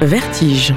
Vertige.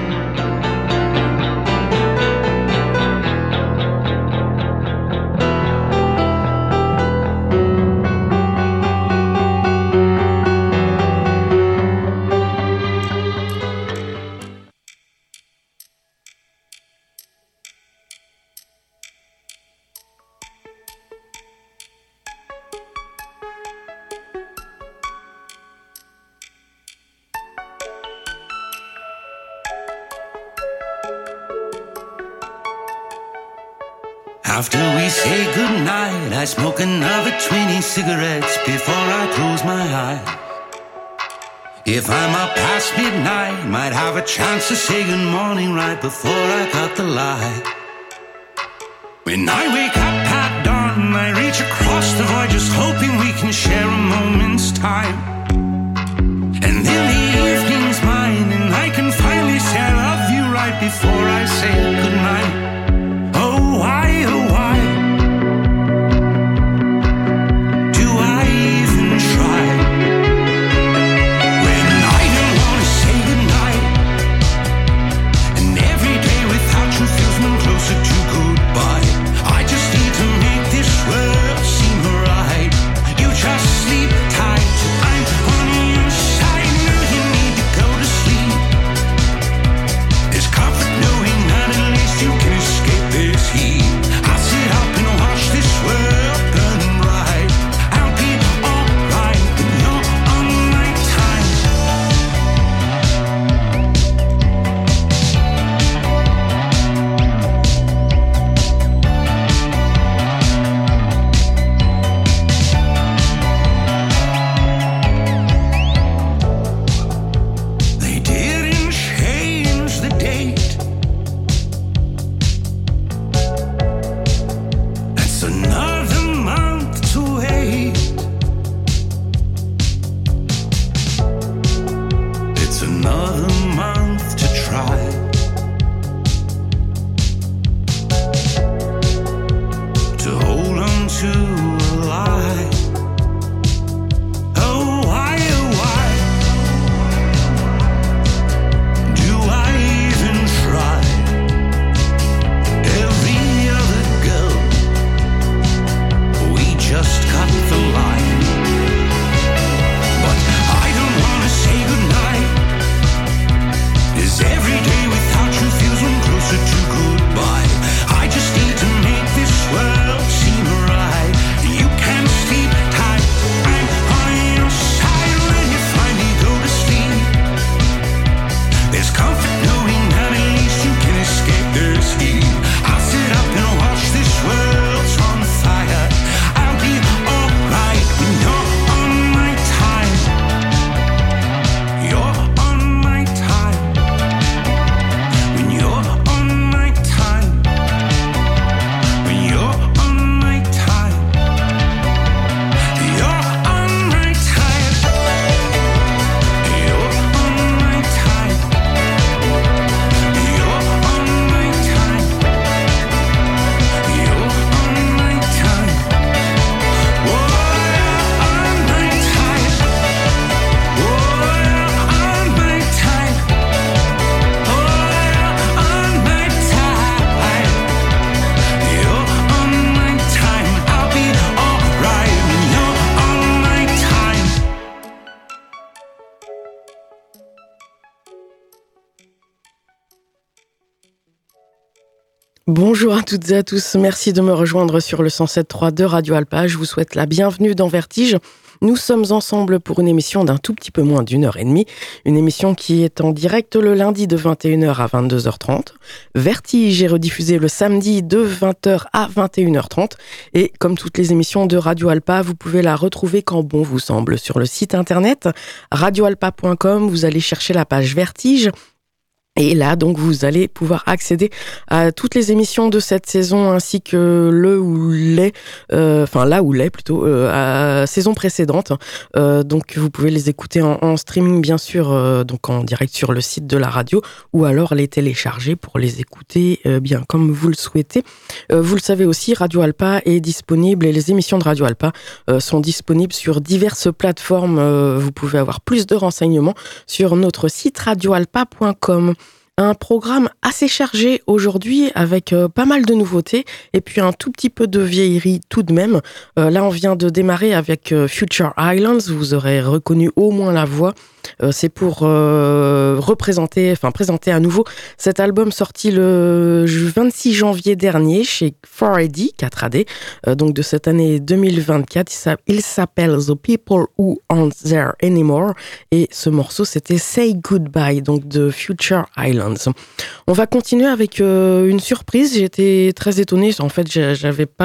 After we say goodnight, I smoke another 20 cigarettes before I close my eyes. If I'm up past midnight, might have a chance to say good morning right before I cut the light. When I wake up at dawn, I reach across the void just hoping we can share a moment's time. And then the evening's mine, and I can finally say I love you right before I say goodnight. Oh, why, do I even try? When I don't want to say goodnight, and every day without you feels one closer to goodbye. I just need to make this world seem right. You just sleep tight, I'm on your side. No, you need to go to sleep. There's comfort knowing that at least you can escape this heat. I'll sit up and watch this world burn bright. I'll be alright when you're on my time. They didn't change the date. That's another month to wait. It's another month to try. To hold on to a lie. Oh, why do I even try? Every other girl, we just cut the line. But I don't wanna say goodnight. 'Cause every day without you feels one closer to goodbye. I just need to make this world seem right. You can sleep tight, I'm on your side when you finally go to sleep. There's comfort knowing that at least you can escape this heat. I'll sit up and watch this world's on fire. I'll be alright when you're on my time. You're on my time. When you're on my time. When you're on my time. You're on my time. You're on my time. You're on my time. You're on my time. Whoa, you're on my time. Whoa, you're on my time. Oh, you're on my time. You're on my time. I'll be alright when you're on my time. Bonjour à toutes et à tous, merci de me rejoindre sur le 107.3 de Radio Alpa. Je vous souhaite la bienvenue dans Vertige. Nous sommes ensemble pour une émission d'un tout petit peu moins d'1h30, une émission qui est en direct le lundi de 21h à 22h30. Vertige est rediffusé le samedi de 20h à 21h30 et comme toutes les émissions de Radio Alpa, vous pouvez la retrouver quand bon vous semble sur le site internet radioalpa.com. Vous allez chercher la page Vertige Et là, donc, vous allez pouvoir accéder à toutes les émissions de cette saison ainsi que la ou les plutôt, à saison précédente. Donc, vous pouvez les écouter en streaming, bien sûr, donc en direct sur le site de la radio, ou alors les télécharger pour les écouter bien comme vous le souhaitez. Vous le savez aussi, Radio Alpa est disponible et les émissions de Radio Alpa sont disponibles sur diverses plateformes. Vous pouvez avoir plus de renseignements sur notre site radioalpa.com. Un programme assez chargé aujourd'hui avec pas mal de nouveautés et puis un tout petit peu de vieillerie tout de même. Là, on vient de démarrer avec Future Islands. Vous aurez reconnu au moins la voix. C'est pour présenter à nouveau cet album sorti le 26 janvier dernier chez 4AD, donc de cette année 2024. Il s'appelle The People Who Aren't There Anymore et ce morceau c'était Say Goodbye, donc de Future Islands. On va continuer avec une surprise. J'étais très étonnée. En fait, je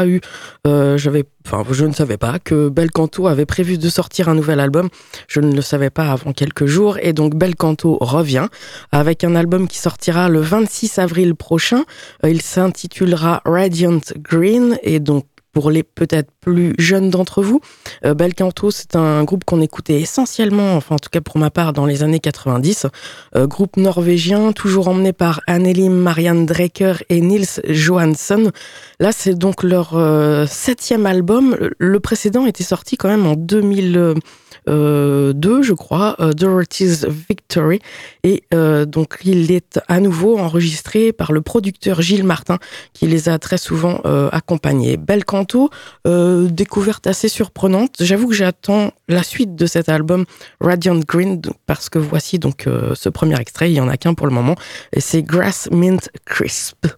ne savais pas que Belcanto avait prévu de sortir un nouvel album. Je ne le savais pas avant quelques jours. Et donc, Belcanto revient avec un album qui sortira le 26 avril prochain. Il s'intitulera Radiant Green. Et donc, pour les peut-être plus jeunes d'entre vous, Belcanto, c'est un groupe qu'on écoutait essentiellement, enfin en tout cas pour ma part, dans les années 90. Groupe norvégien, toujours emmené par Anneli Marianne Drecker et Nils Johansson. Là, c'est donc leur 7e album. Le précédent était sorti quand même en 2002, je crois, Dorothy's Victory. Et donc, il est à nouveau enregistré par le producteur Gilles Martin, qui les a très souvent accompagnés. Belcanto, découverte assez surprenante. J'avoue que j'attends la suite de cet album Radiant Green, parce que voici donc ce premier extrait. Il n'y en a qu'un pour le moment. Et c'est Grass Mint Crisp.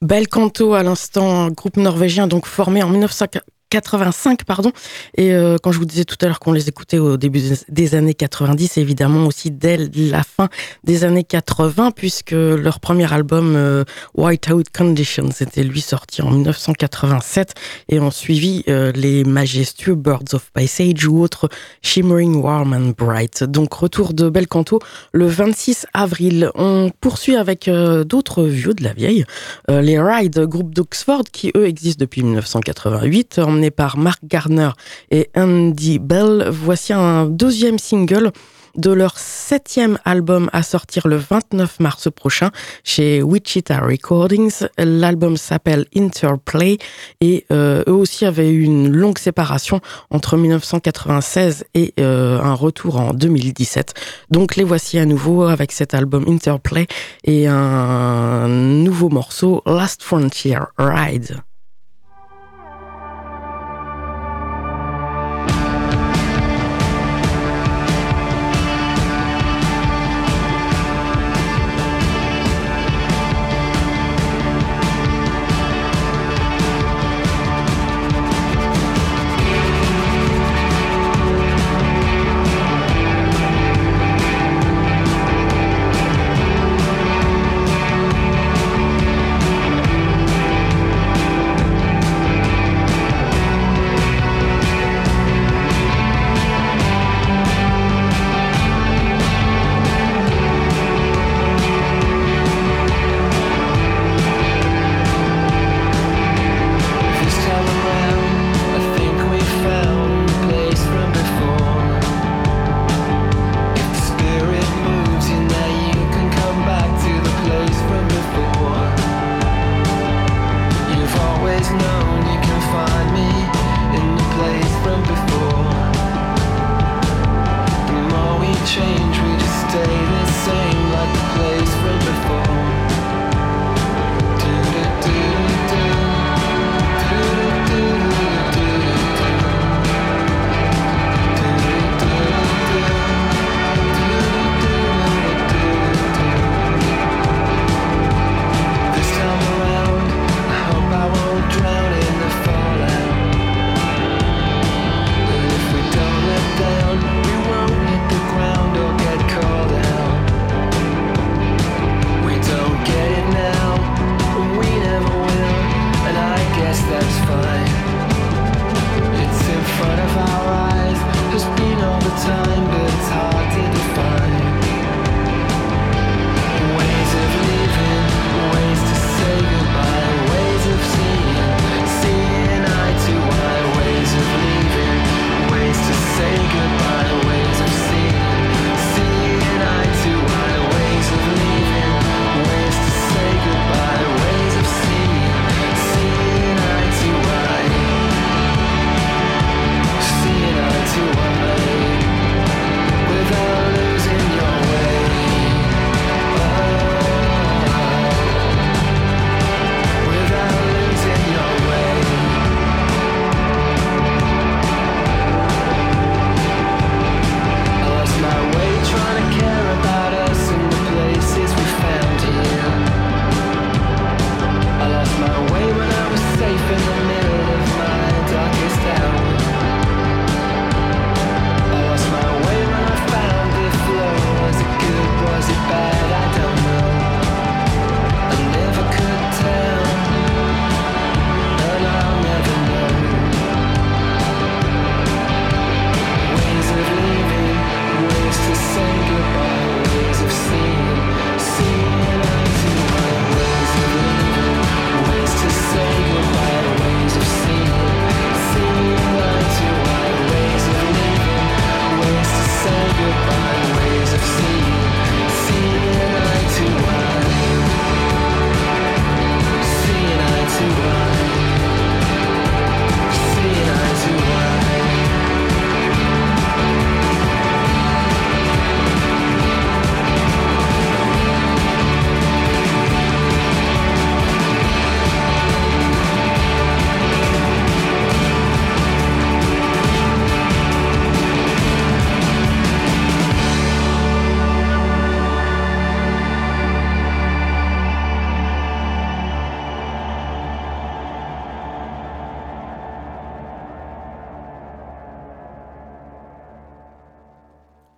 Bel Canto à l'instant, groupe norvégien donc formé en 1985, pardon. Et quand je vous disais tout à l'heure qu'on les écoutait au début des années 90, évidemment aussi dès la fin des années 80, puisque leur premier album Whiteout Conditions était lui sorti en 1987 et ont suivi les majestueux Birds of Passage ou autres Shimmering Warm and Bright. Donc retour de Bel Canto le 26 avril. On poursuit avec d'autres vieux de la vieille, les Ride, groupe d'Oxford qui eux existent depuis 1988, emmenés par Mark Garner et Andy Bell. Voici un deuxième single de leur 7e album à sortir le 29 mars prochain chez Wichita Recordings. L'album s'appelle Interplay et eux aussi avaient eu une longue séparation entre 1996 et un retour en 2017. Donc les voici à nouveau avec cet album Interplay et un nouveau morceau Last Frontier Ride.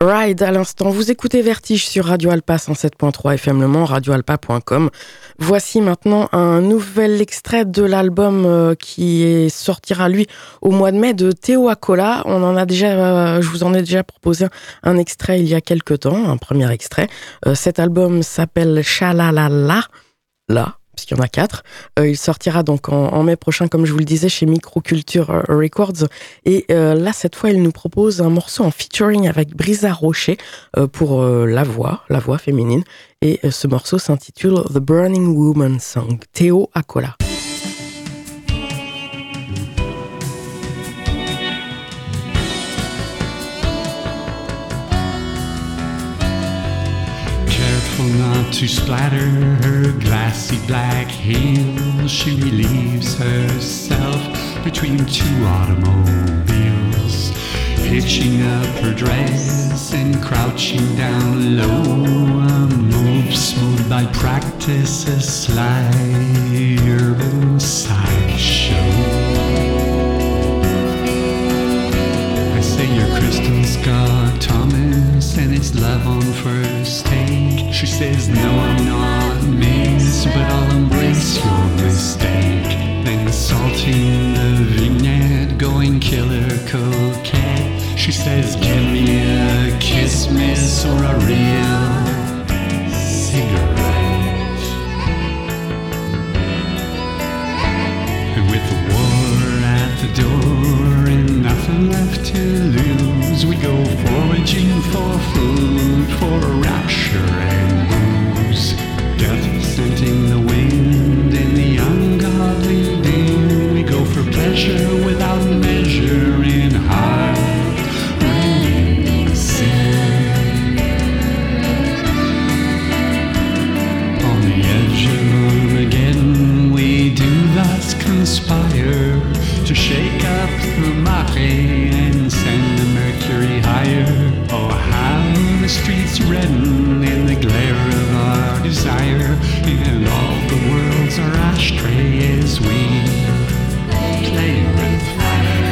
Ride à l'instant. Vous écoutez Vertige sur Radio Alpa 107.3 FM Le Mans, radioalpa.com. Voici maintenant un nouvel extrait de l'album qui sortira lui au mois de mai de Théo Acola. Je vous en ai déjà proposé un extrait il y a quelques temps, un premier extrait. Cet album s'appelle Chalalala, là. Puisqu'il y en a 4. Il sortira donc en mai prochain, comme je vous le disais, chez Microculture Records. Et là, cette fois, il nous propose un morceau en featuring avec Brisa Rocher pour la voix féminine. Et ce morceau s'intitule The Burning Woman Song. Théo Acola. Not to splatter her glassy black heels, she relieves herself between two automobiles, hitching up her dress and crouching down low. A move smooth by practice, a sly urban sideshow. I say you're Crystal Scott Thomas and it's love on first take. She says, no, I'm not miss, but I'll embrace your mistake. Then salting the vignette, going killer coquette. She says, give me a kiss, miss, or a real cigarette. And with the war at the door and nothing left to lose, we go foraging for food, for rapture and booze. Death scenting the wind in the ungodly din. We go for pleasure without measure in heart-rending sin. On the edge of Armageddon we do thus conspire to shake up the Mare and send the mercury higher. Oh, how the streets redden in the glare of our desire, and all the world's our ashtray as we play with fire.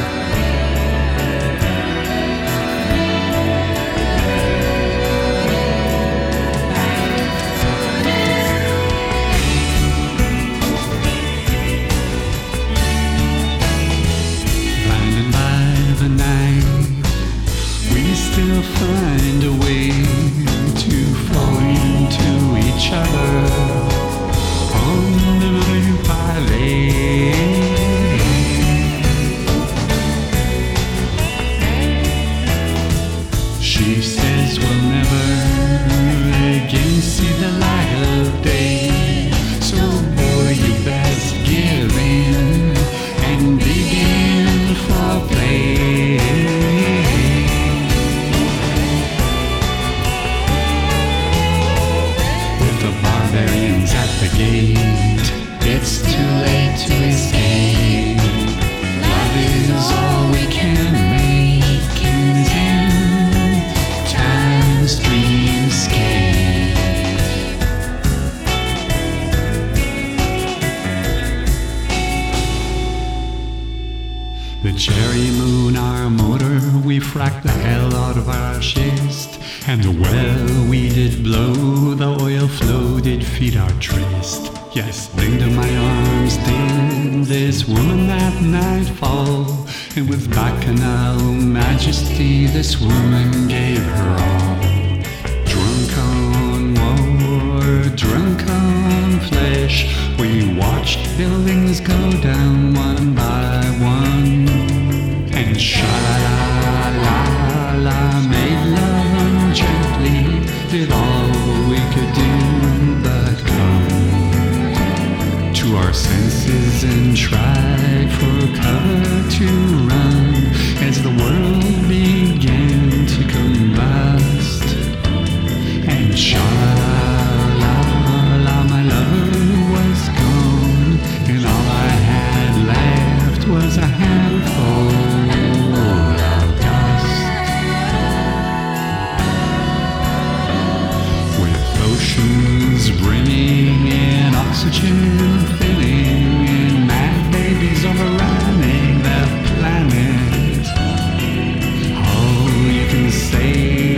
Blinded by the night, we still find a way to fall into each other on the rue Palais. She says we'll never again see the light of day, so boy you best give in and begin for play. Barbarians at the gate, it's too late to escape. Love is all we can make in time's dreamscape. The cherry moon, our motor, we fracked the hell out of our schist. And the well we did blow, the oil flow did feed our tryst. Yes, into my arms did this woman at nightfall, and with bacchanal majesty this woman gave her all. Drunk on war, drunk on flesh, we watched buildings go down one by one, and sha-la-la-la-la made love gently, did all we could do but come to our senses and try for cover to run as the world began to combust. And sha-la-la, my lover was gone, and all I had left was a handful of dust. With oceans brimming and oxygen filling and mad babies overrunning the planet, all you can say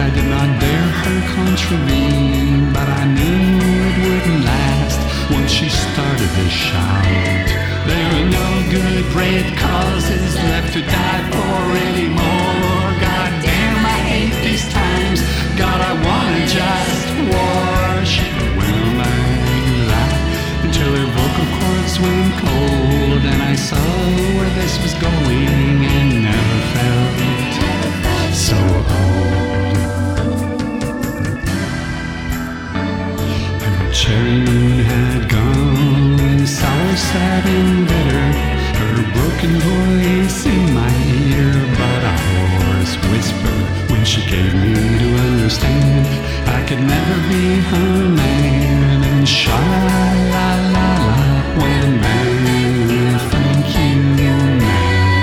I did not dare her contravene, but I knew it wouldn't last once she started to shout. There are no good red causes left to die for anymore. God damn, I hate these times. God, I wanna just war. She went like that until her vocal cords went cold, and I saw where this was going and never felt so old. Her cherry moon had gone, sour, sad and bitter, her broken voice in my ear, but a hoarse whisper when she gave me to understand I could never be her man. And sha-la-la-la-la went man, thank you, man.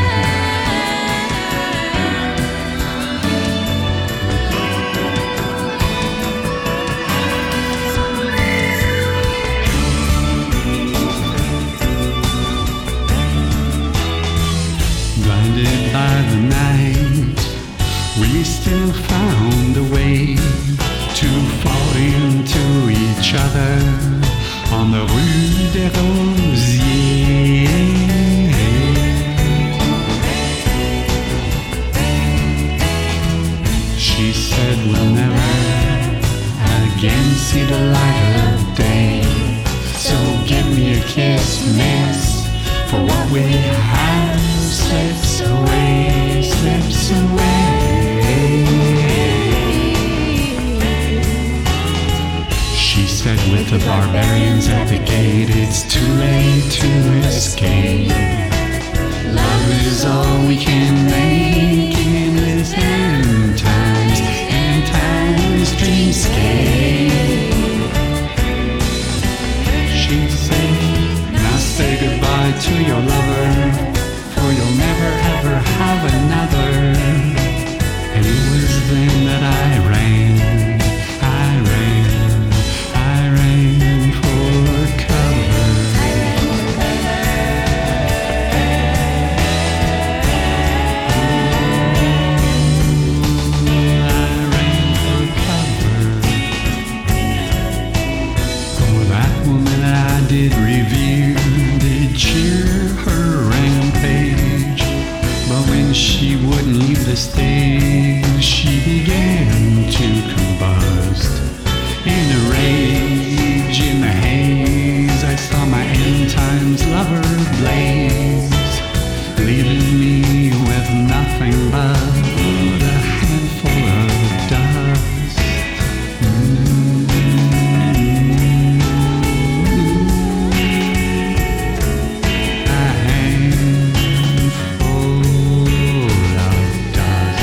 Blinded by the night, we still found a way to fall into each other on the rue des Rosiers. She said we'll never again see the light of day, so give me a kiss, miss, for what we have slips away, slips away. She said with the barbarians at the gate, it's too late to escape. Love is all we can make in this end times dreamscape. She said, now say goodbye to your lover, for you'll never ever have another. And it was then that I ran for cover. I ran for cover. Oh, that woman I did revere, did cheer her rampage, but when she wouldn't leave the stage, she began to combust. In a rage, in the haze, I saw my end times lover blaze, leaving me with nothing but a handful of dust. A handful of dust.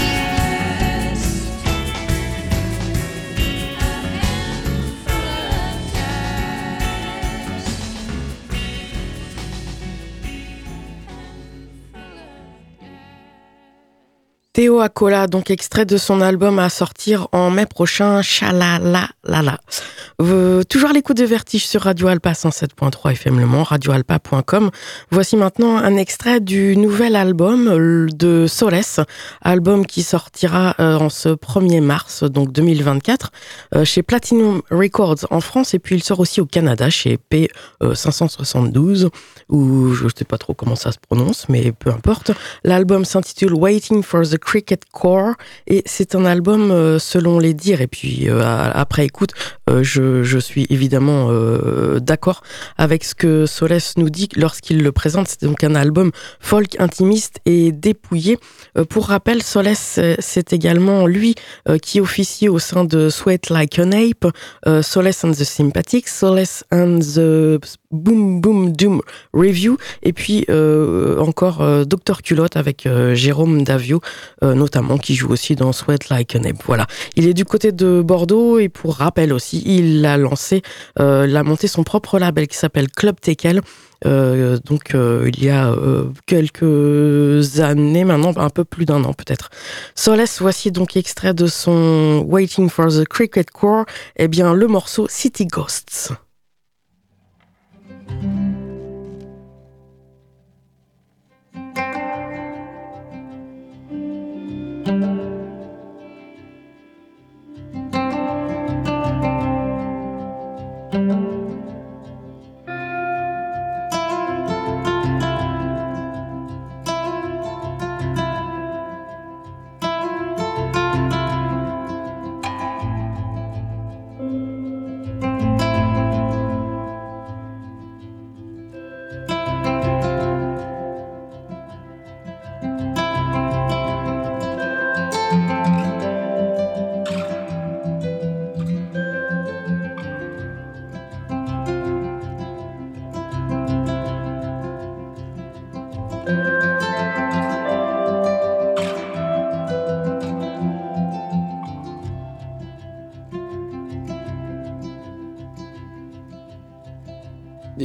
Théo Acola, donc extrait de son album à sortir en mai prochain, Cha-la-la-la-la. Toujours à l'écoute de Vertige sur Radio Alpa 107.3 FM Le Mans, radioalpa.com. Voici maintenant un extrait du nouvel album de Solès, album qui sortira en ce 1er mars, donc 2024, chez Platinum Records en France, et puis il sort aussi au Canada chez P572, ou je ne sais pas trop comment ça se prononce, mais peu importe. L'album s'intitule Waiting for the Cricket Core, et c'est un album selon les dires, et puis après écoute, je suis évidemment d'accord avec ce que Solès nous dit lorsqu'il le présente. C'est donc un album folk intimiste et dépouillé. Pour rappel, Solès, c'est également lui qui officie au sein de Sweat Like an Ape, Solès and the Sympathics, Solès and the Boom Boom Doom Review, et puis encore Dr Culotte avec Jérôme Davio notamment, qui joue aussi dans Sweat Like an Ape. Voilà, il est du côté de Bordeaux, et pour rappel aussi, il a monté son propre label qui s'appelle Club Tekel. Il y a quelques années maintenant, un peu plus d'un an peut-être. Solès, voici donc extrait de son Waiting for the Cricket Core, eh bien le morceau City Ghosts.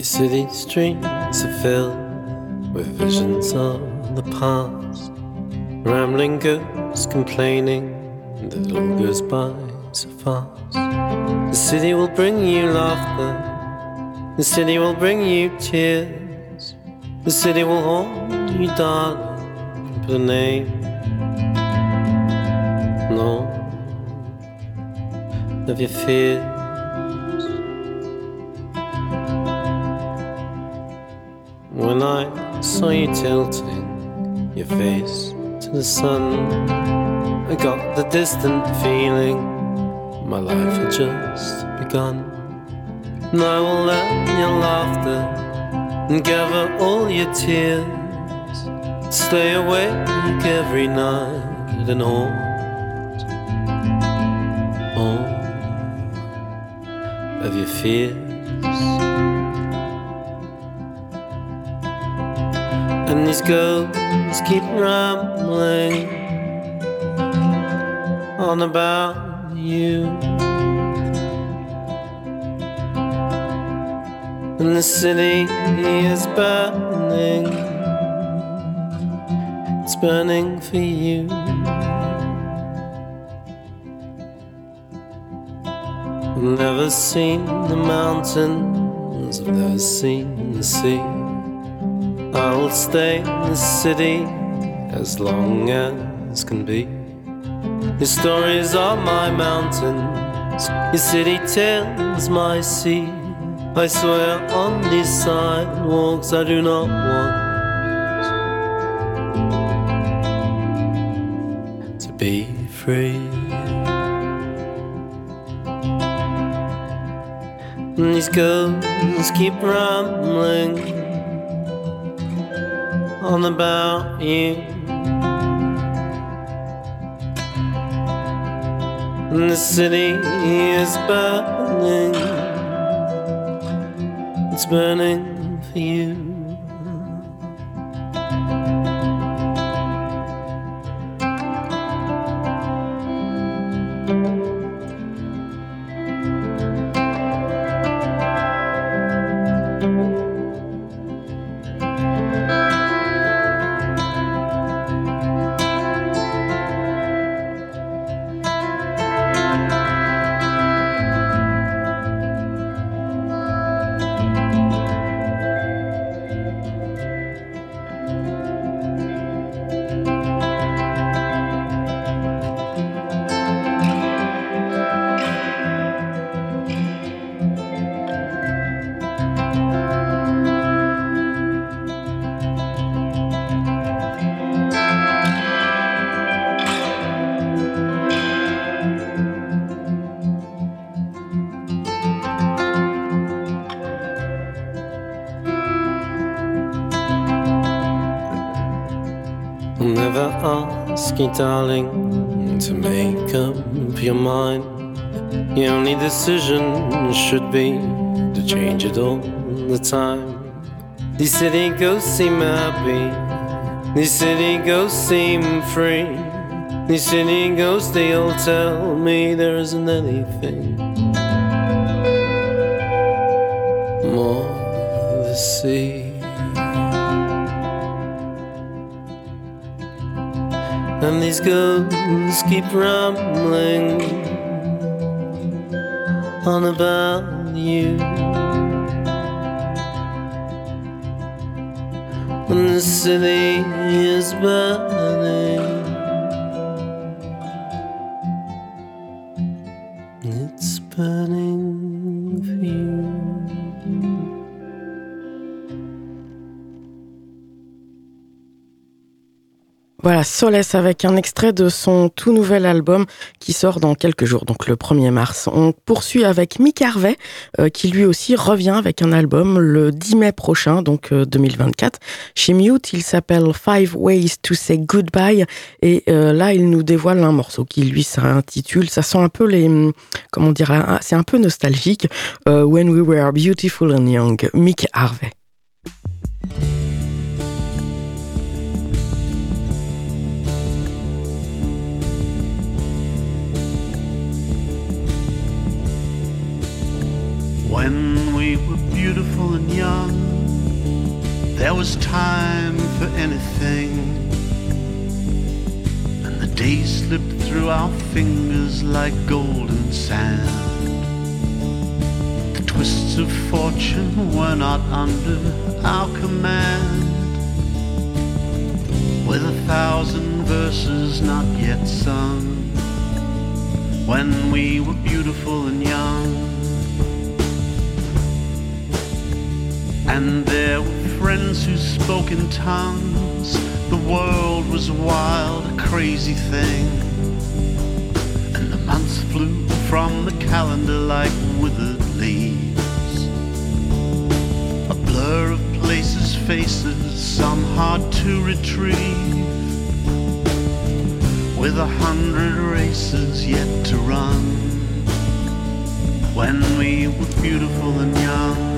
city streets are filled with visions of the past. Rambling ghosts complaining that all goes by so fast. The city will bring you laughter. The city will bring you tears. The city will haunt you, darling, put a name. No, of your fears. When I saw you tilting your face to the sun, I got the distant feeling my life had just begun. And I will learn your laughter and gather all your tears, stay awake every night and haunt all of your fears. And these ghosts keep rambling on about you, and the city is burning, it's burning for you. I've never seen the mountains, I've never seen the sea. I will stay in the city as long as can be. Your stories are my mountains, your city tells my sea. I swear on these sidewalks I do not want to be free. And these ghosts keep rambling on about you, and the city is burning, it's burning for you. Never ask you, darling, to make up your mind. Your only decision should be to change it all the time. These city ghosts seem happy, these city ghosts seem free. These city ghosts, they all tell me there isn't anything more to see. And these ghosts keep rambling on about you, and the city is burning, it's burning for you. Voilà, Solace avec un extrait de son tout nouvel album qui sort dans quelques jours, donc le 1er mars. On poursuit avec Mick Harvey, qui lui aussi revient avec un album le 10 mai prochain, donc 2024. Chez Mute, il s'appelle 5 Ways to Say Goodbye, et là, il nous dévoile un morceau qui, lui, s'intitule, ça sent un peu comment dire, c'est un peu nostalgique, When We Were Beautiful and Young, Mick Harvey. When we were beautiful beautiful and young, there was time for anything, and the days slipped through our fingers like golden sand. The twists of fortune were not under our command, with 1,000 verses not yet sung, when we were beautiful and young. And there were friends who spoke in tongues. The world was a wild, a crazy thing, and the months flew from the calendar like withered leaves, a blur of places, faces, some hard to retrieve, with 100 races yet to run, when we were beautiful and young.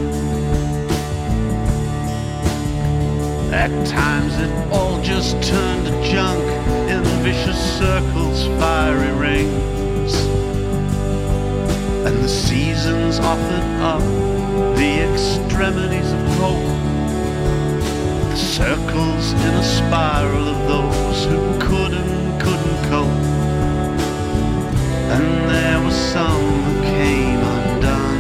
At times it all just turned to junk in vicious circles, fiery rings, and the seasons offered up the extremities of hope, the circles in a spiral of those who could and couldn't cope. And there were some who came undone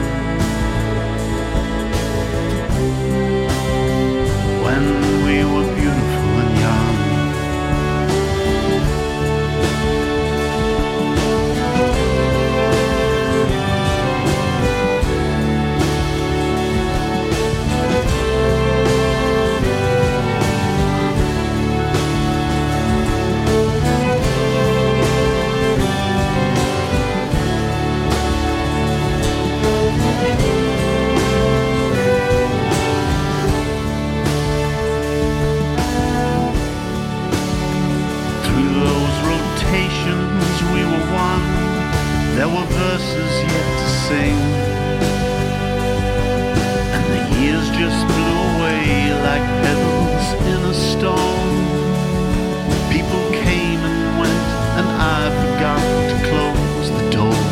when we were beautiful and young. There were verses yet to sing, and the years just blew away like pebbles in a storm. People came and went, and I forgot to close the door.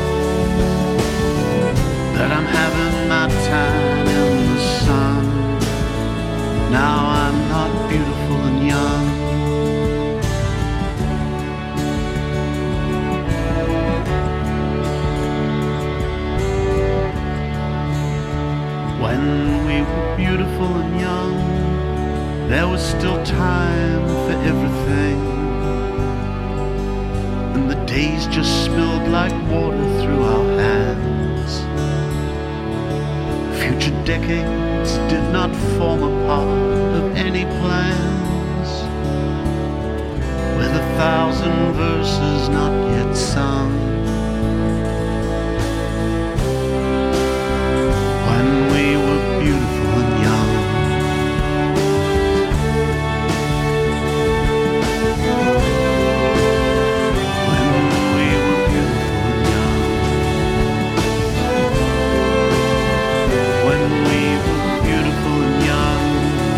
That I'm having my time in the sun. Now I'm not beautiful and young. When we were beautiful and young, there was still time for everything, and the days just spilled like water through our hands. Future decades did not form a part of any plans, with 1,000 verses not yet sung. When we were beautiful and young. When we were beautiful and young. When we were beautiful and young.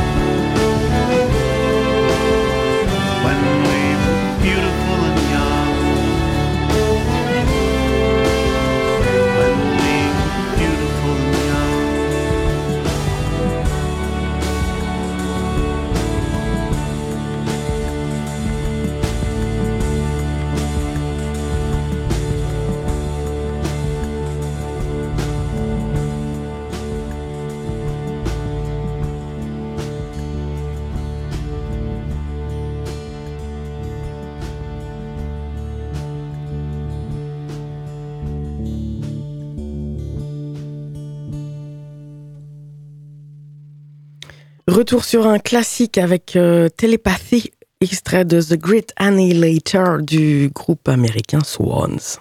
When we were beautiful and young. When we were beautiful and young. Retour sur un classique avec Telepathy, extrait de The Great Annihilator du groupe américain Swans.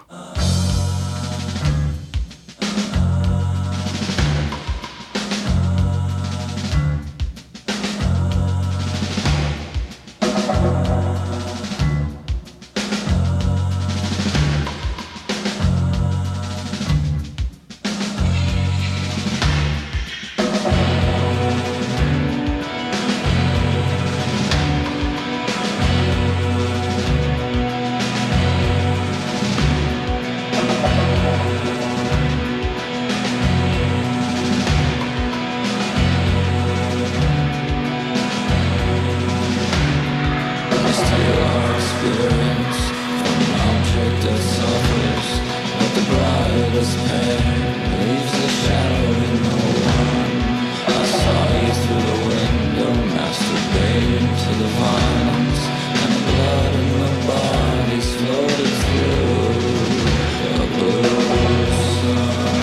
experience from an object that suffers, but the brightest pain leaves a shadow in no one. I saw you through the window, masturbating to the violence, and the blood in the bodies floated through the blue sun.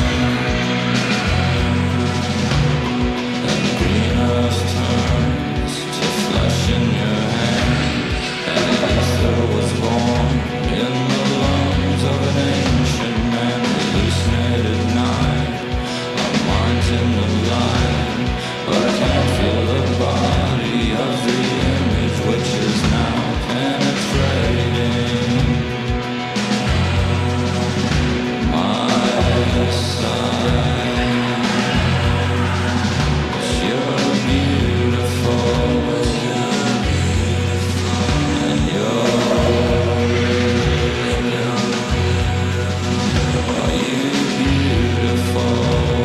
And the green earth turns to flesh in your hand, and ether was born in the lungs of an ancient man. Hallucinated night, our minds in the light, but I can't feel the body of the image which is now penetrating my side. You're beautiful, and you're are you beautiful?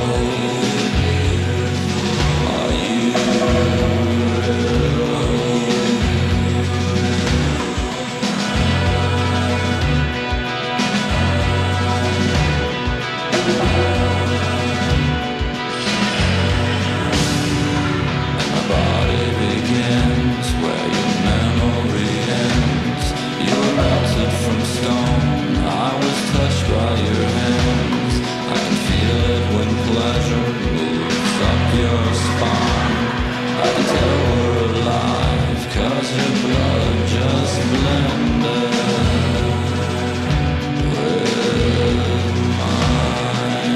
Are you my body begins where your memory ends. You were melted from stone, I was touched by your hands. I can feel it when pleasure moves up your spine. I can tell we're alive, 'cause your blood just blended with mine.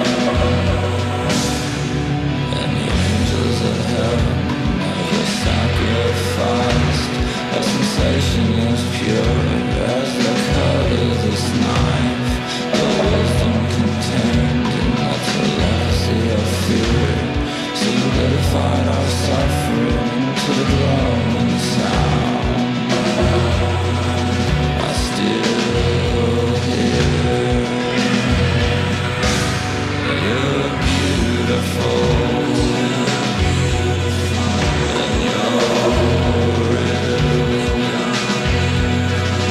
And the angels of heaven never sacrificed. A sensation as pure as the cut of this knife. The wisdom contained in the telepathy of fear solidified our suffering into the glowing sound. I still hear you're beautiful. And you're real.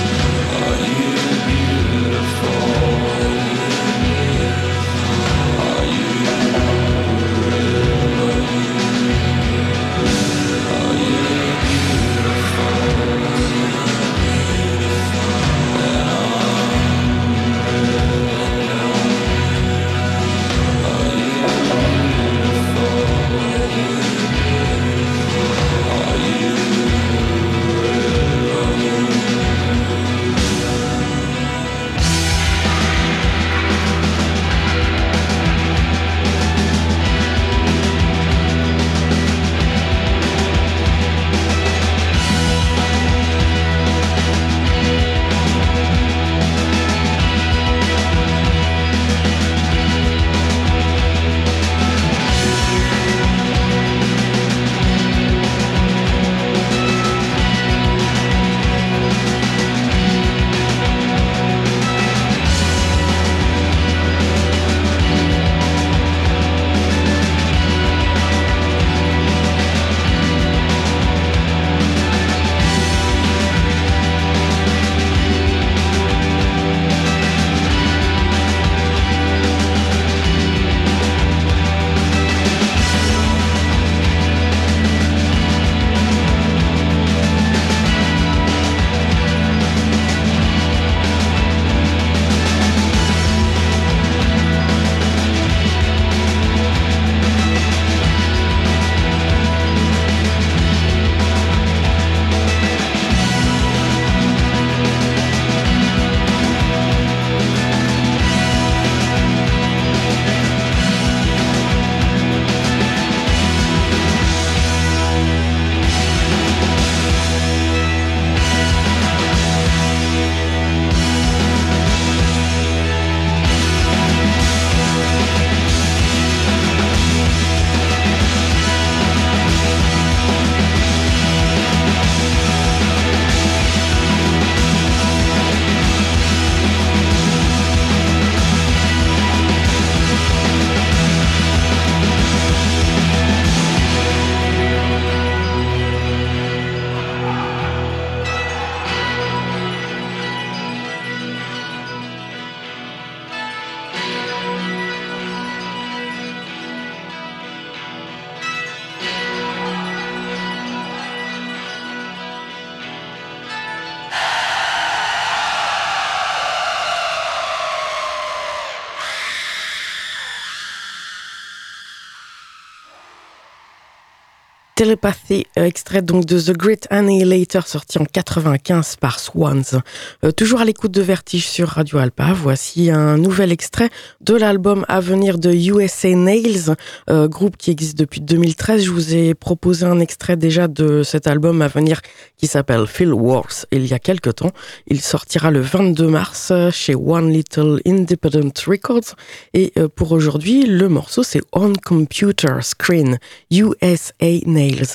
Telepathy, extrait donc de The Great Annihilator, sorti en 95 par Swans. Toujours à l'écoute de Vertige sur Radio Alpa, voici un nouvel extrait de l'album à venir de USA Nails, groupe qui existe depuis 2013. Je vous ai proposé un extrait déjà de cet album à venir qui s'appelle Feel Wars il y a quelques temps. Il sortira le 22 mars chez One Little Independent Records. Et pour aujourd'hui, le morceau c'est On Computer Screen, USA Nails.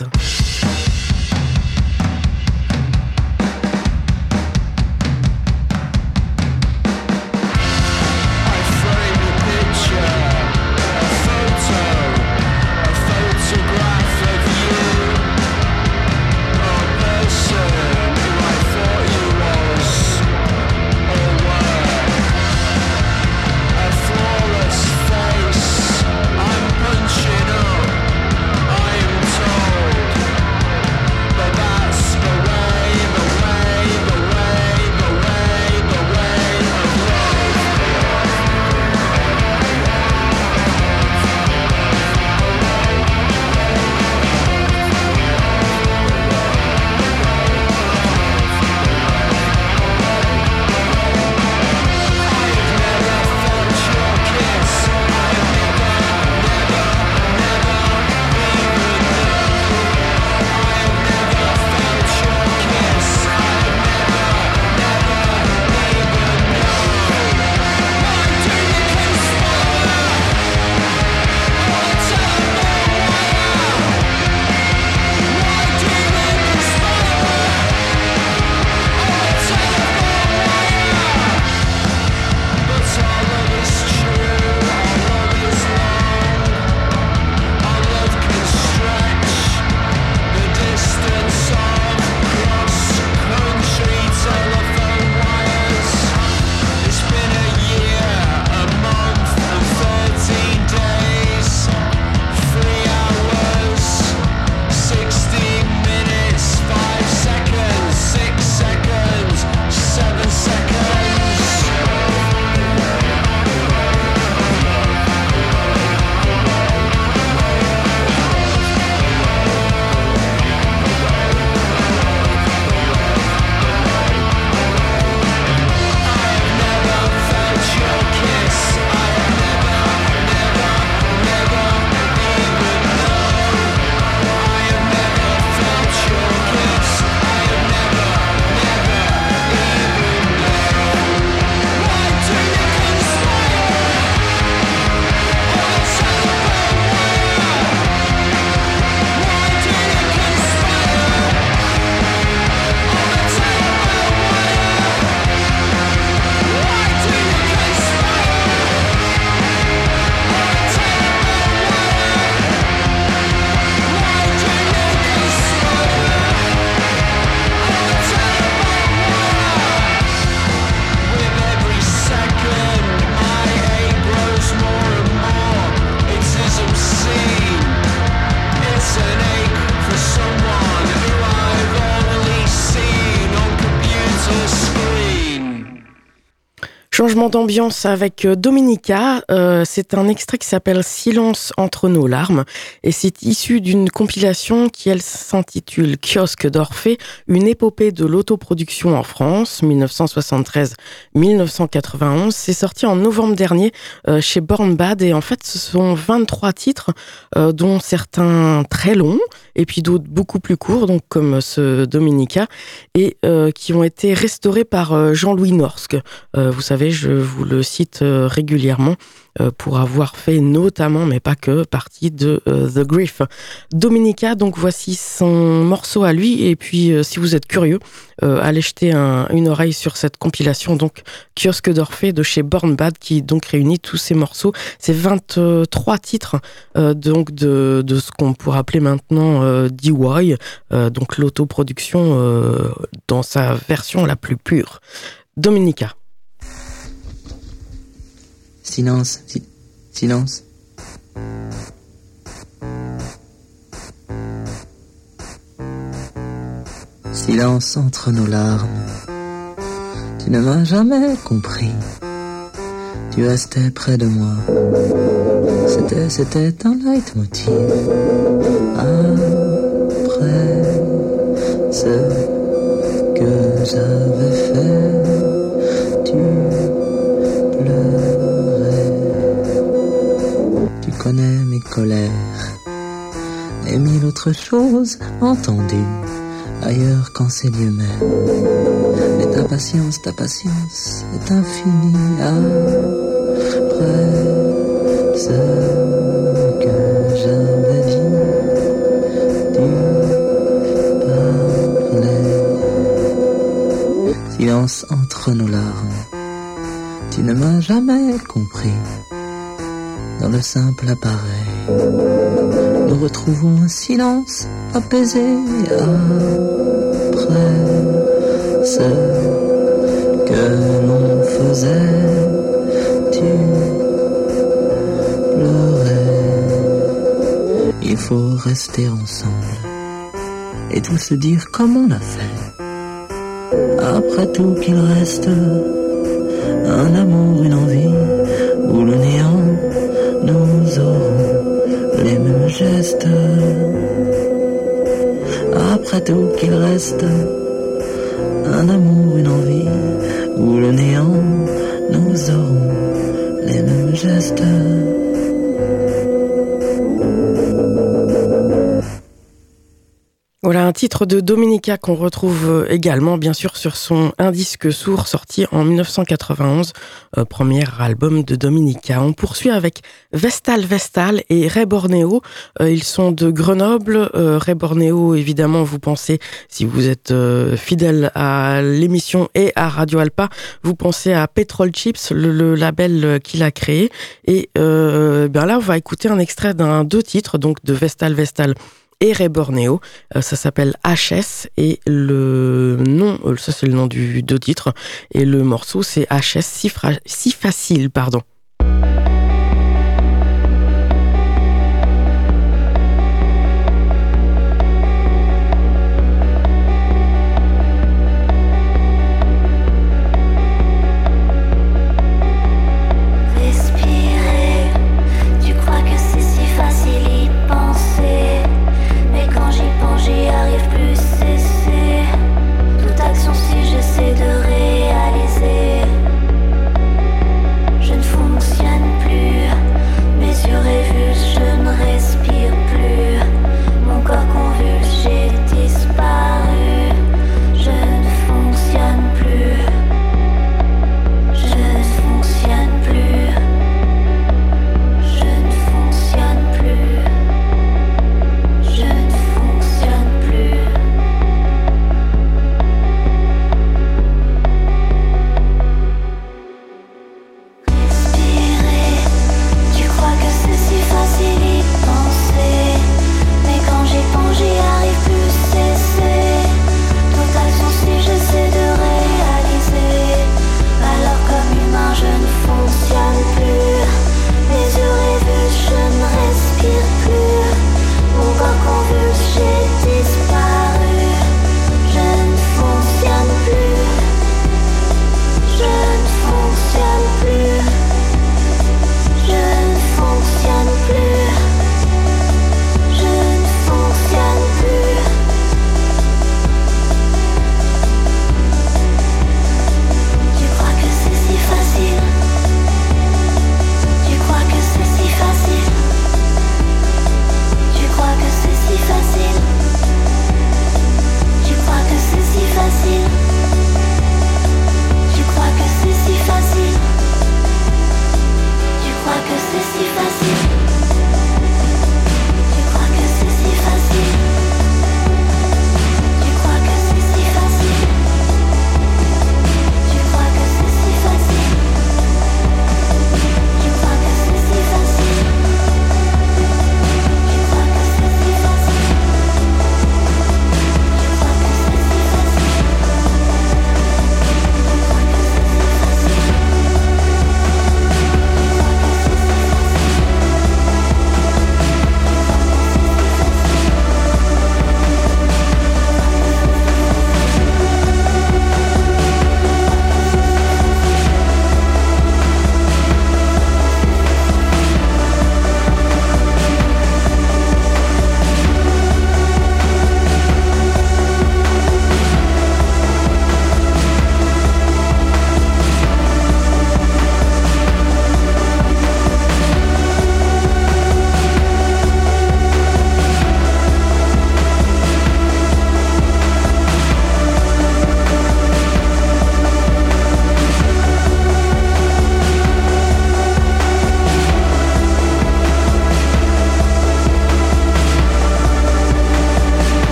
Changement d'ambiance avec Dominica, c'est un extrait qui s'appelle Silence entre nos larmes et c'est issu d'une compilation qui elle s'intitule Kiosque d'Orphée, une épopée de l'autoproduction en France, 1973-1991. C'est sorti en novembre dernier chez Born Bad et en fait ce sont 23 titres dont certains très longs et puis d'autres beaucoup plus courts, donc comme ce Dominica, et qui ont été restaurés par Jean-Louis Norsk. Vous savez, je vous le cite régulièrement pour avoir fait notamment, mais pas que, partie de The Grief. Dominica, donc voici son morceau à lui, et puis si vous êtes curieux, allez jeter une oreille sur cette compilation, donc Kiosque d'Orphée de chez Born Bad, qui donc réunit tous ces morceaux. C'est 23 titres donc de ce qu'on pourrait appeler maintenant DIY, donc l'autoproduction dans sa version la plus pure. Dominica. Silence, silence. Silence entre nos larmes. Tu ne m'as jamais compris. Tu restais près de moi. C'était un leitmotiv. Ah. après ce que j'avais fait, tu pleurais. Tu connais mes colères et mille autres choses entendues ailleurs qu'en ces lieux mêmes. Mais ta patience est infinie après ce que j'avais dit. Tu parlais. Silence entre nos larmes. Tu ne m'as jamais compris. Dans le simple appareil, nous retrouvons un silence apaisé après ce que l'on faisait. Tu pleurais. Il faut rester ensemble et tout se dire comme on a fait. Après tout qu'il reste un amour, une envie, ou le néant, nous aurons les mêmes gestes. Après tout qu'il reste un amour, une envie, ou le néant, nous aurons les mêmes gestes. Voilà un titre de Dominica qu'on retrouve également bien sûr sur son Un disque sourd sorti en 1991, premier album de Dominica. On poursuit avec Vestal Vestal et Ray Bornéo. Ils sont de Grenoble. Ray Bornéo, évidemment, vous pensez, si vous êtes fidèle à l'émission et à Radio Alpa, vous pensez à Petrol Chips, le label qu'il a créé. Et bien là, on va écouter un extrait deux titres, donc de Vestal Vestal et Ray Bornéo. Ça s'appelle HS et le nom, ça c'est le nom du deux titres, et le morceau c'est HS si facile, pardon. Si j'essaie de réaliser, je ne fous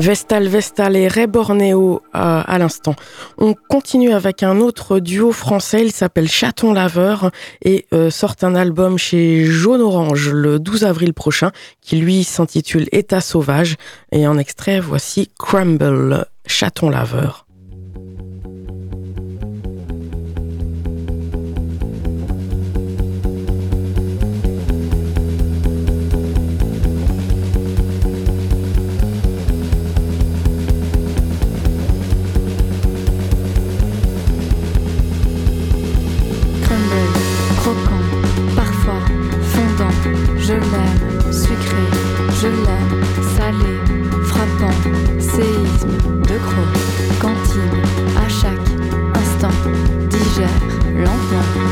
Vestal et Ray Bornéo à l'instant. On continue avec un autre duo français, il s'appelle Chaton Laveur et sort un album chez Jaune Orange le 12 avril prochain qui lui s'intitule État sauvage et en extrait voici Crumble, Chaton Laveur. Je l'aime, sucré, je l'aime, salé, frappant, séisme, de crocs, cantine, à chaque instant, digère, lentement.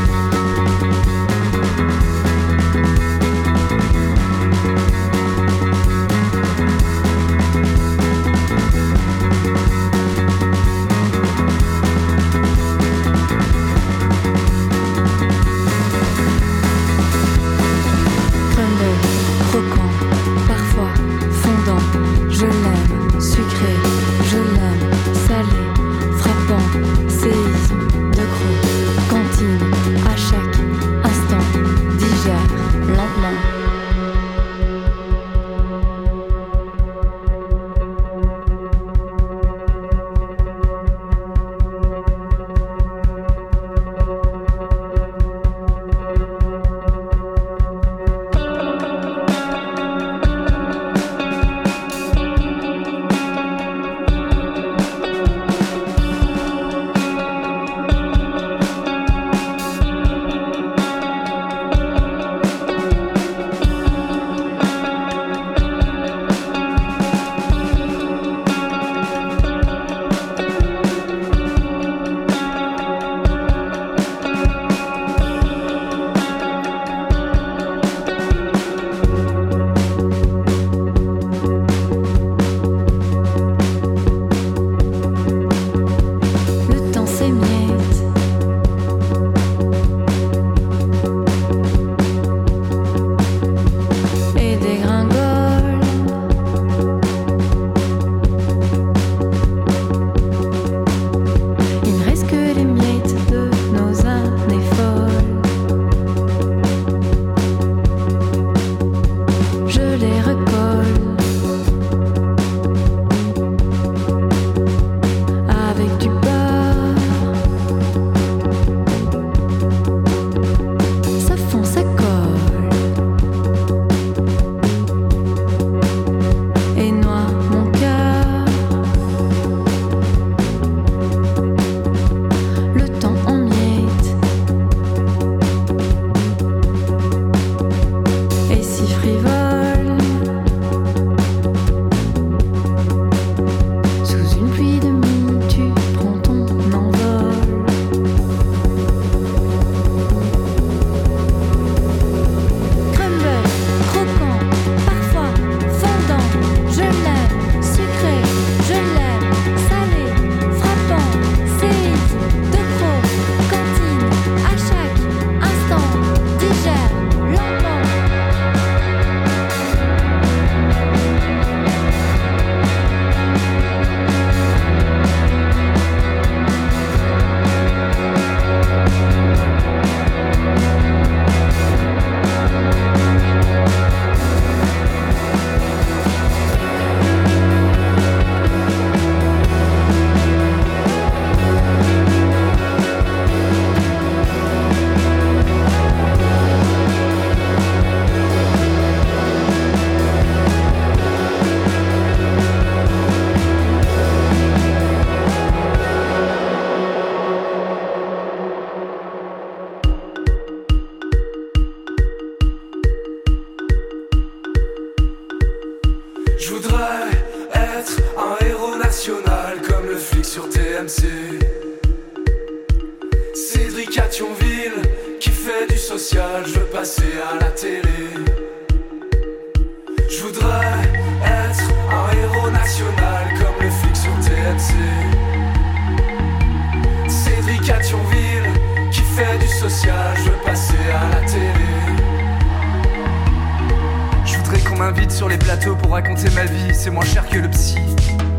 Sur les plateaux pour raconter ma vie, c'est moins cher que le psy.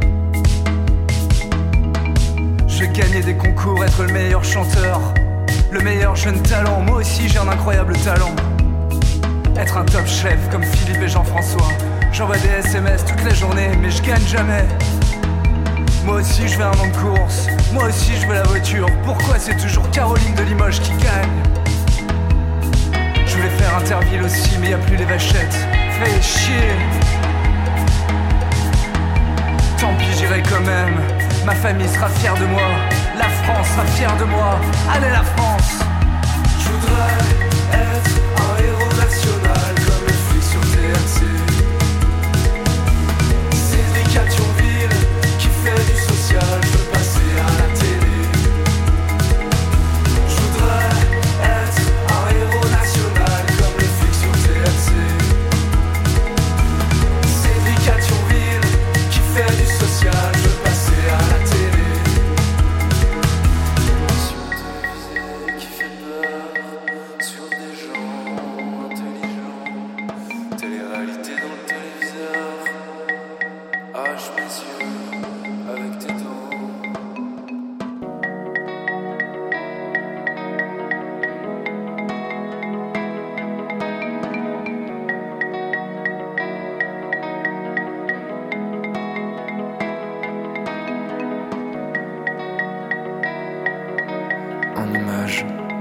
Je vais gagner des concours, être le meilleur chanteur, le meilleur jeune talent. Moi aussi j'ai un incroyable talent. Être un top chef comme Philippe et Jean-François. J'envoie des SMS toute la journée, mais je gagne jamais. Moi aussi je veux un nom de course, moi aussi je veux la voiture. Pourquoi c'est toujours Caroline de Limoges qui gagne? Je voulais faire Interville aussi, mais y a plus les vachettes. Fais chier. Tant pis, j'irai quand même. Ma famille sera fière de moi. La France sera fière de moi. Allez la France. Je voudrais être un héros national comme le flic sur TRC. Cédric à Thionville qui fait du social. Je veux passer à la télé. Je voudrais être un héros national comme le flic sur TRC. Cédric à Thionville qui fait du social. Je veux passer à la télé. Qui fait peur sur des gens intelligents. Télé-réalité dans le téléviseur. Hache mes yeux avec tes dents. En image,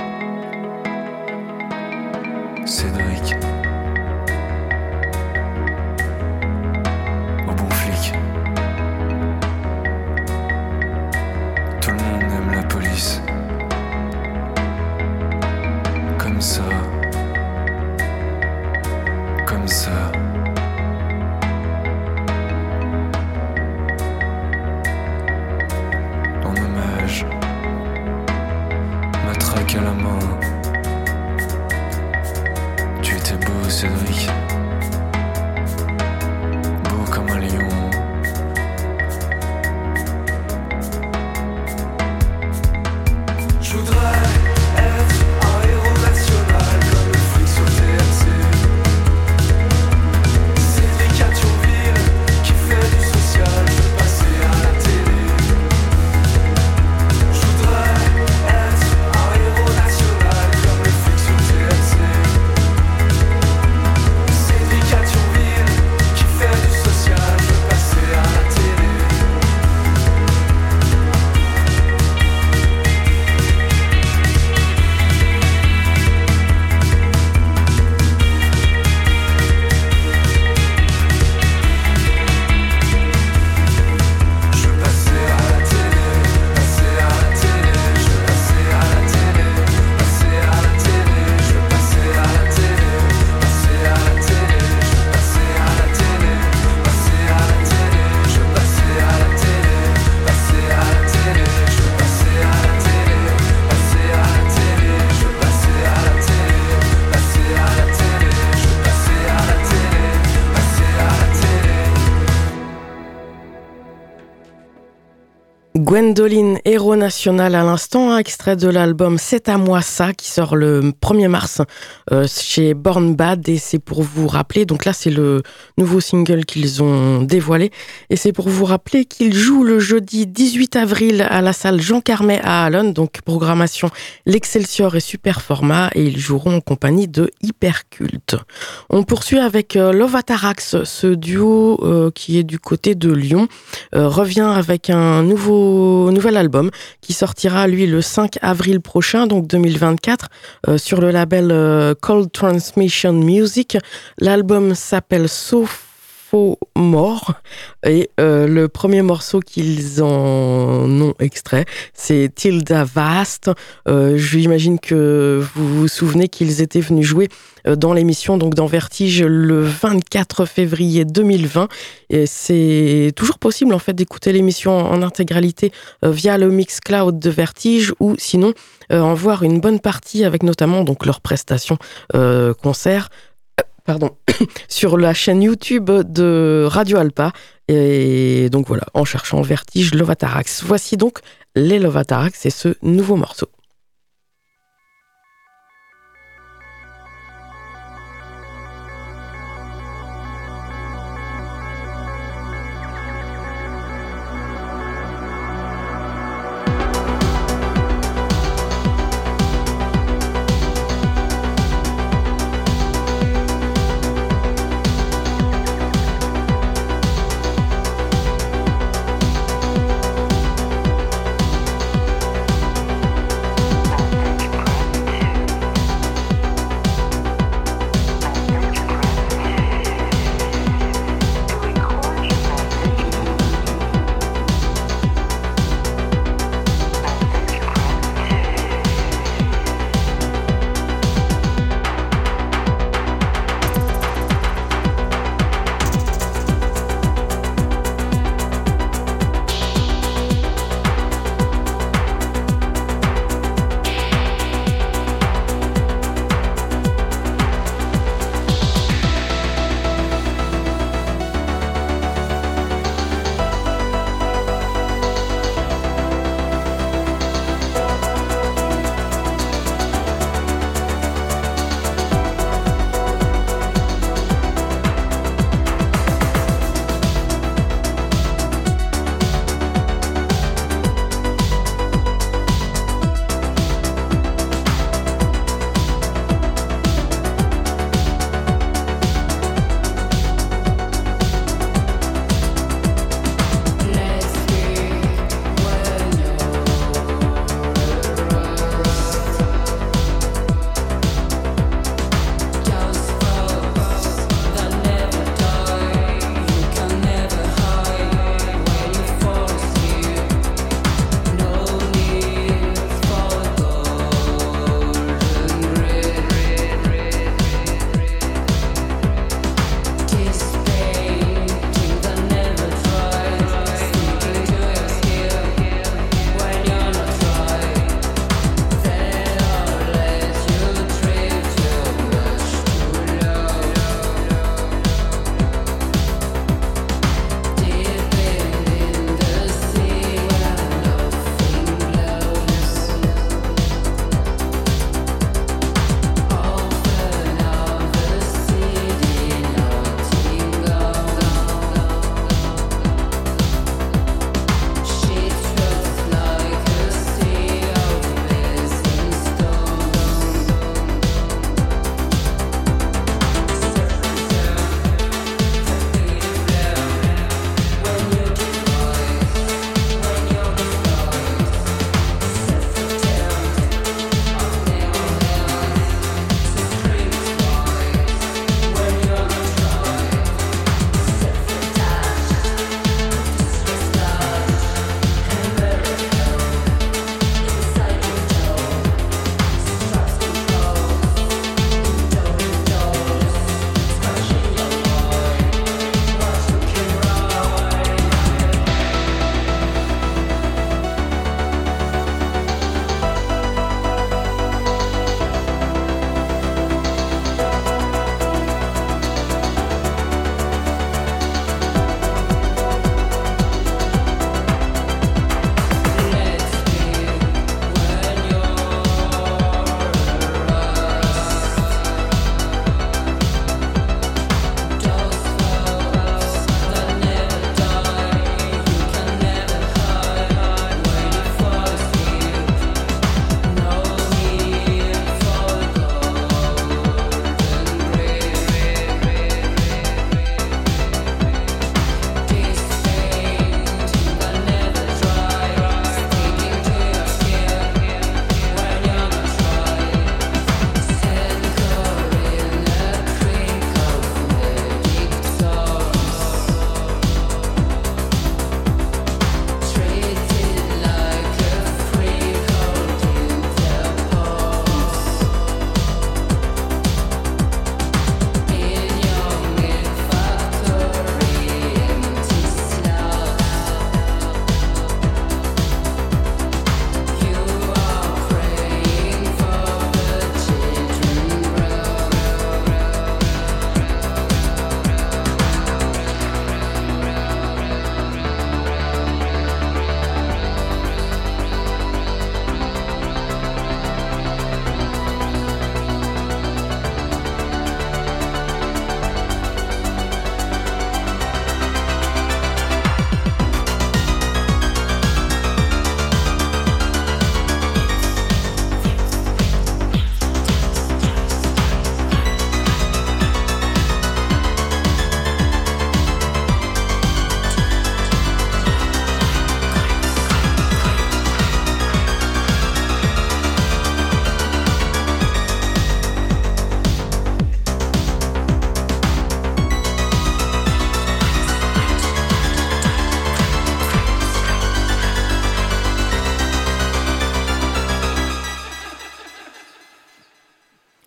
Cédric, au bon flic. Tout le monde aime la police. Comme ça, comme ça. En hommage, matraque à la main. Tu étais beau, Cédric. Beau comme un lion. Je voudrais être un héros national comme le flic sur TRC. Cédric à Thionville qui fait du social. Je veux passer à la télé. Je voudrais être un héros national comme le flic sur TRC. Cédric à Thionville qui fait du social. Je veux passer à la télé. Je veux passer à la télé, passer à la télé, je veux passer à la télé, passer à la télé, je veux passer à la télé, passer à la télé, je veux passer à la télé, passer à la télé, je veux passer à la télé, passer à la télé, je veux passer à la télé, passer à la télé, je veux passer à la télé, passer à la télé, je veux passer à la télé, passer à la télé. Gwendoline, héros national à l'instant, extrait de l'album C'est à moi ça qui sort le 1er mars chez Born Bad, et c'est pour vous rappeler, donc là c'est le nouveau single qu'ils ont dévoilé, et c'est pour vous rappeler qu'ils jouent le jeudi 18 avril à la salle Jean Carmet à Allonne, donc programmation l'Excelsior et Super Format, et ils joueront en compagnie de Hyperculte. On poursuit avec Love Atarax, ce duo qui est du côté de Lyon, revient avec un nouvel album qui sortira lui le 5 avril prochain, donc 2024, sur le label Cold Transmission Music. L'album s'appelle Sophomore et le premier morceau qu'ils en ont extrait, c'est Tilda Vast. J'imagine que vous vous souvenez qu'ils étaient venus jouer dans l'émission, donc dans Vertige, le 24 février 2020. Et c'est toujours possible en fait d'écouter l'émission en intégralité via le Mixcloud de Vertige, ou sinon en voir une bonne partie avec notamment donc leurs prestations concerts. Sur la chaîne YouTube de Radio Alpa. Et donc voilà, en cherchant Vertige, Love Atarax. Voici donc les Love Atarax et ce nouveau morceau.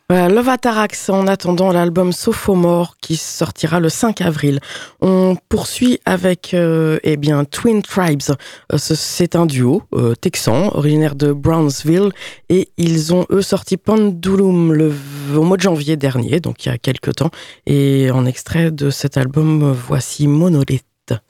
Love Atarax en attendant l'album Sophomore qui sortira le 5 avril. On poursuit avec Twin Tribes. C'est un duo texan originaire de Brownsville et ils ont eux sorti Pendulum au mois de janvier dernier, donc il y a quelques temps. Et en extrait de cet album, voici Monolith.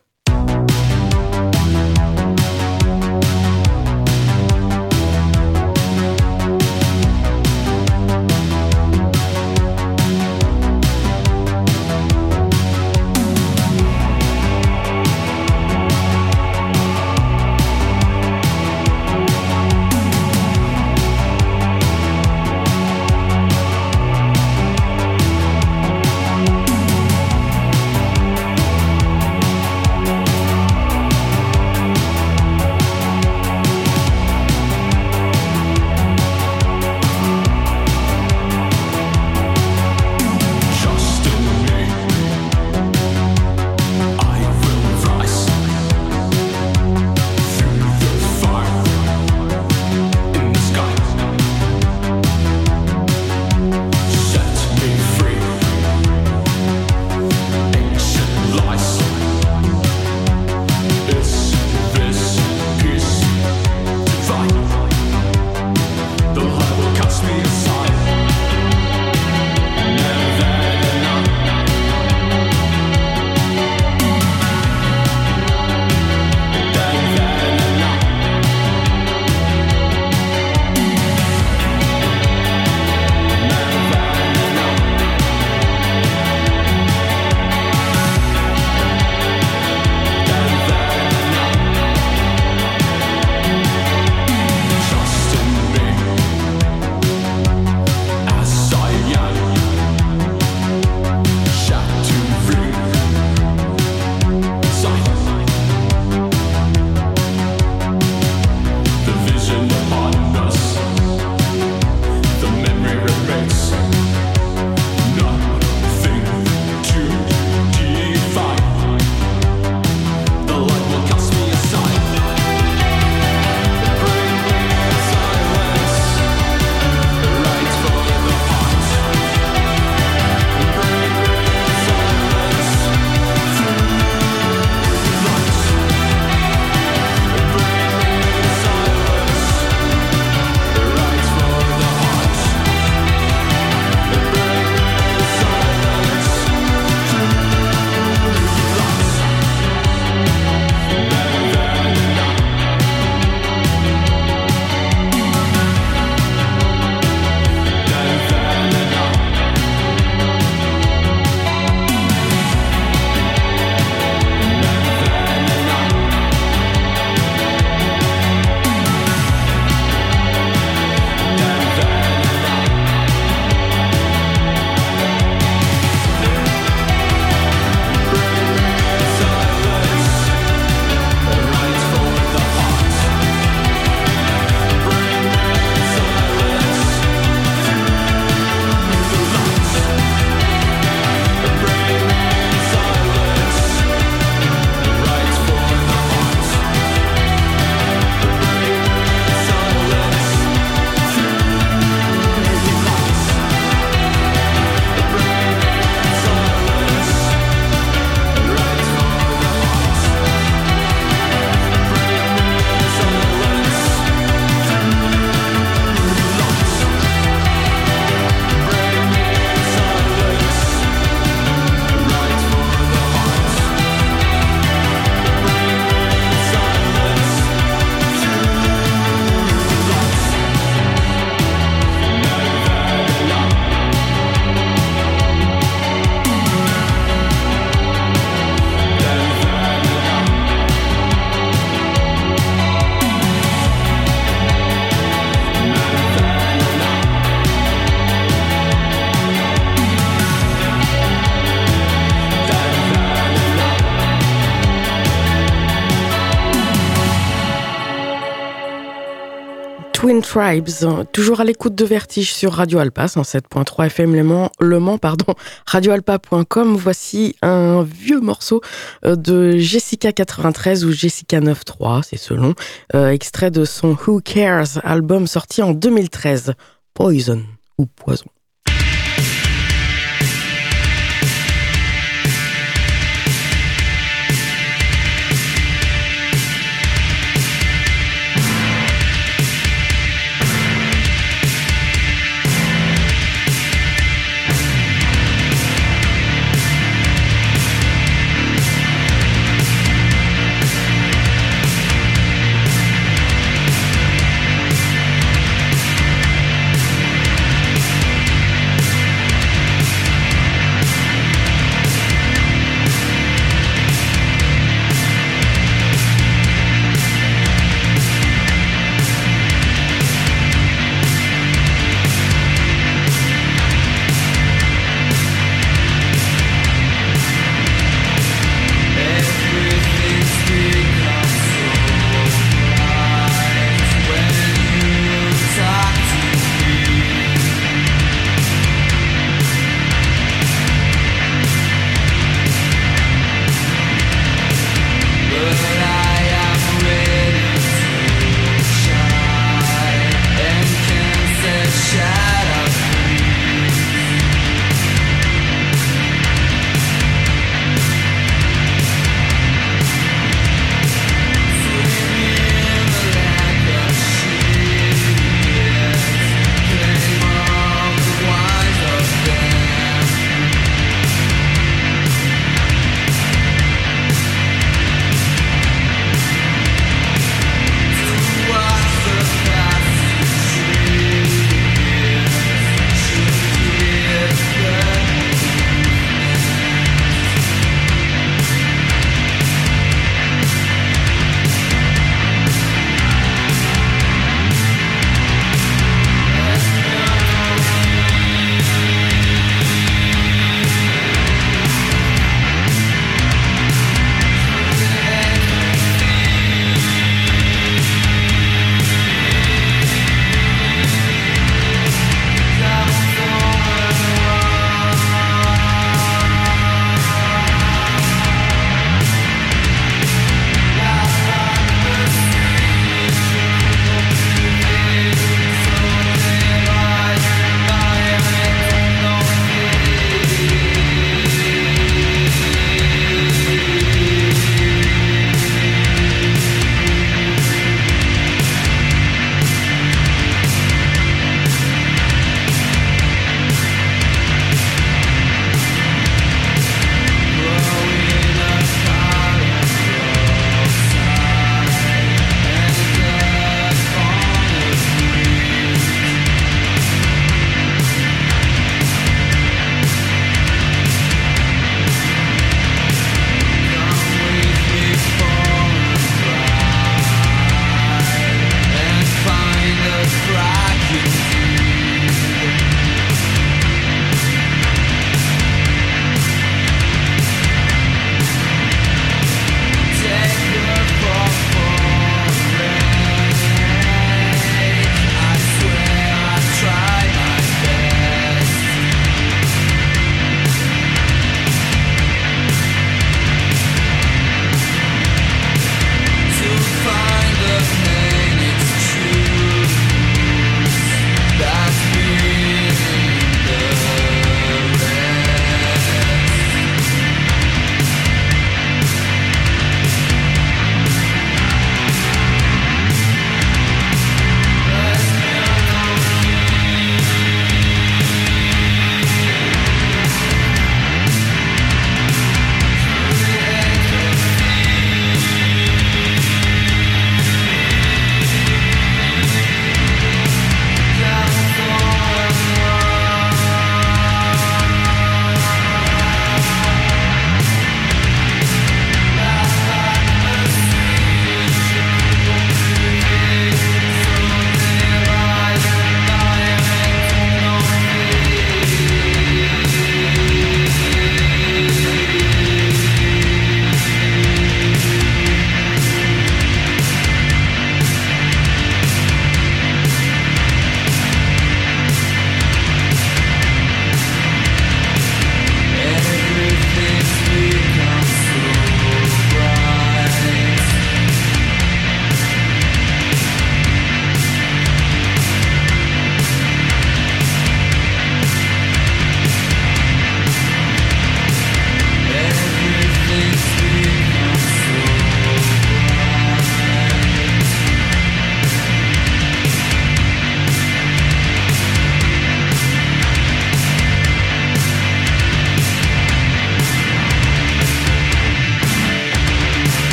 Twin Tribes, toujours à l'écoute de Vertige sur Radio Alpa, 107.3 FM Le Mans, radioalpa.com. Voici un vieux morceau de Jessica 93 ou Jessica 93, c'est selon, extrait de son Who Cares album sorti en 2013, Poison ou Poison.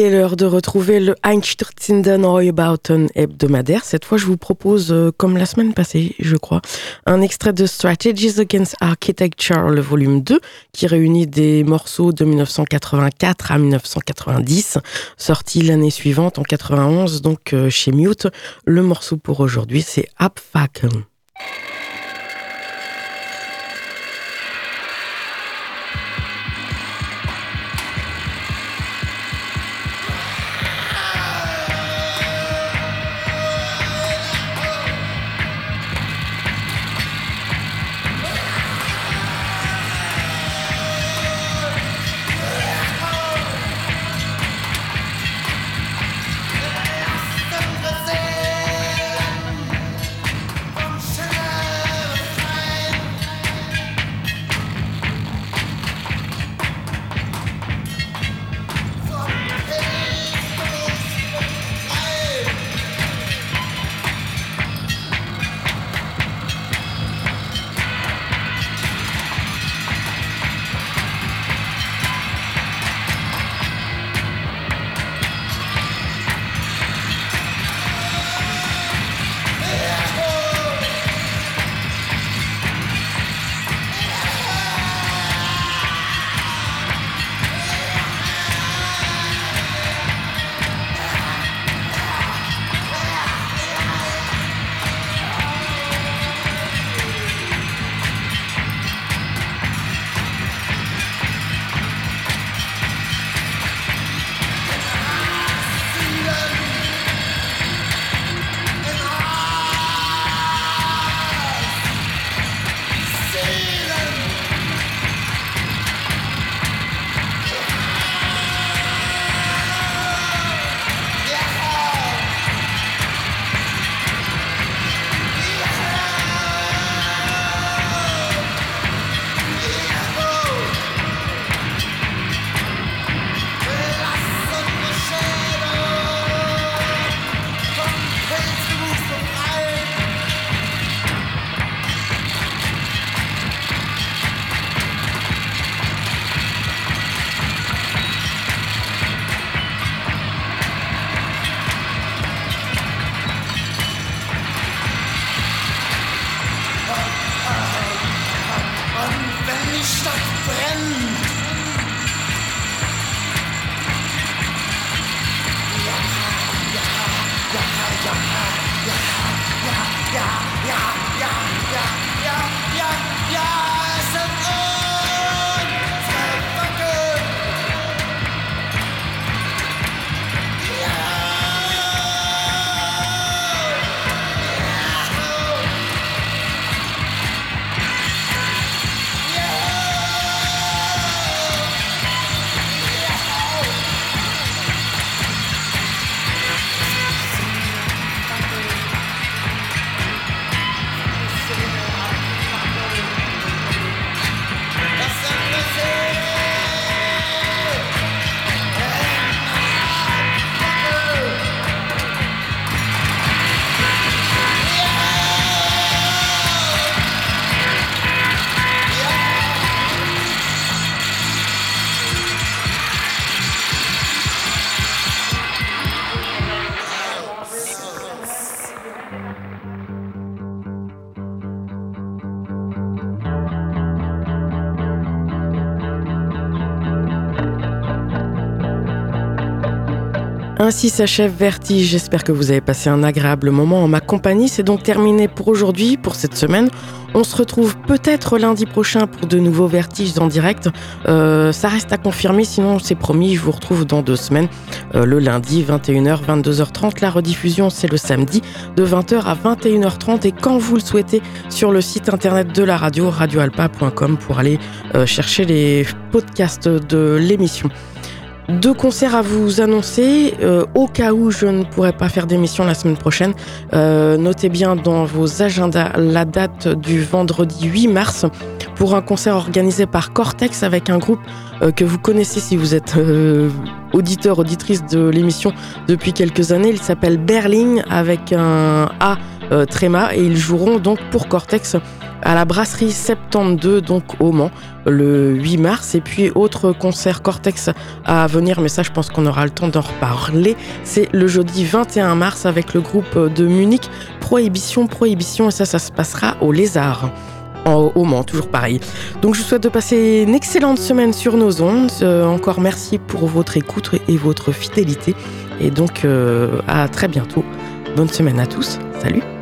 Il est l'heure de retrouver le Einstürzenden Neubauten hebdomadaire. Cette fois, je vous propose, comme la semaine passée, je crois, un extrait de Strategies Against Architecture, le volume 2, qui réunit des morceaux de 1984 à 1990, sortis l'année suivante, en 91, donc chez Mute. Le morceau pour aujourd'hui, c'est Abfacken. Ainsi s'achève Vertige. J'espère que vous avez passé un agréable moment en ma compagnie. C'est donc terminé pour aujourd'hui, pour cette semaine. On se retrouve peut-être lundi prochain pour de nouveaux Vertiges en direct. Ça reste à confirmer, sinon c'est promis, je vous retrouve dans 2 semaines. Le lundi, 21h, 22h30. La rediffusion, c'est le samedi, de 20h à 21h30. Et quand vous le souhaitez, sur le site internet de la radio, radioalpa.com, pour aller chercher les podcasts de l'émission. 2 concerts à vous annoncer, au cas où je ne pourrais pas faire d'émission la semaine prochaine. Notez bien dans vos agendas la date du vendredi 8 mars pour un concert organisé par Cortex avec un groupe que vous connaissez si vous êtes auditeur, auditrice de l'émission depuis quelques années. Il s'appelle Berlin avec un A Tréma, et ils joueront donc pour Cortex à la brasserie 72, donc au Mans, le 8 mars. Et puis autre concert Cortex à venir, mais ça je pense qu'on aura le temps d'en reparler, c'est le jeudi 21 mars avec le groupe de Munich Prohibition, et ça se passera au Lézard, au Mans, toujours pareil. Donc je vous souhaite de passer une excellente semaine sur nos ondes. Encore merci pour votre écoute et votre fidélité. Et donc à très bientôt. Bonne semaine à tous. Salut.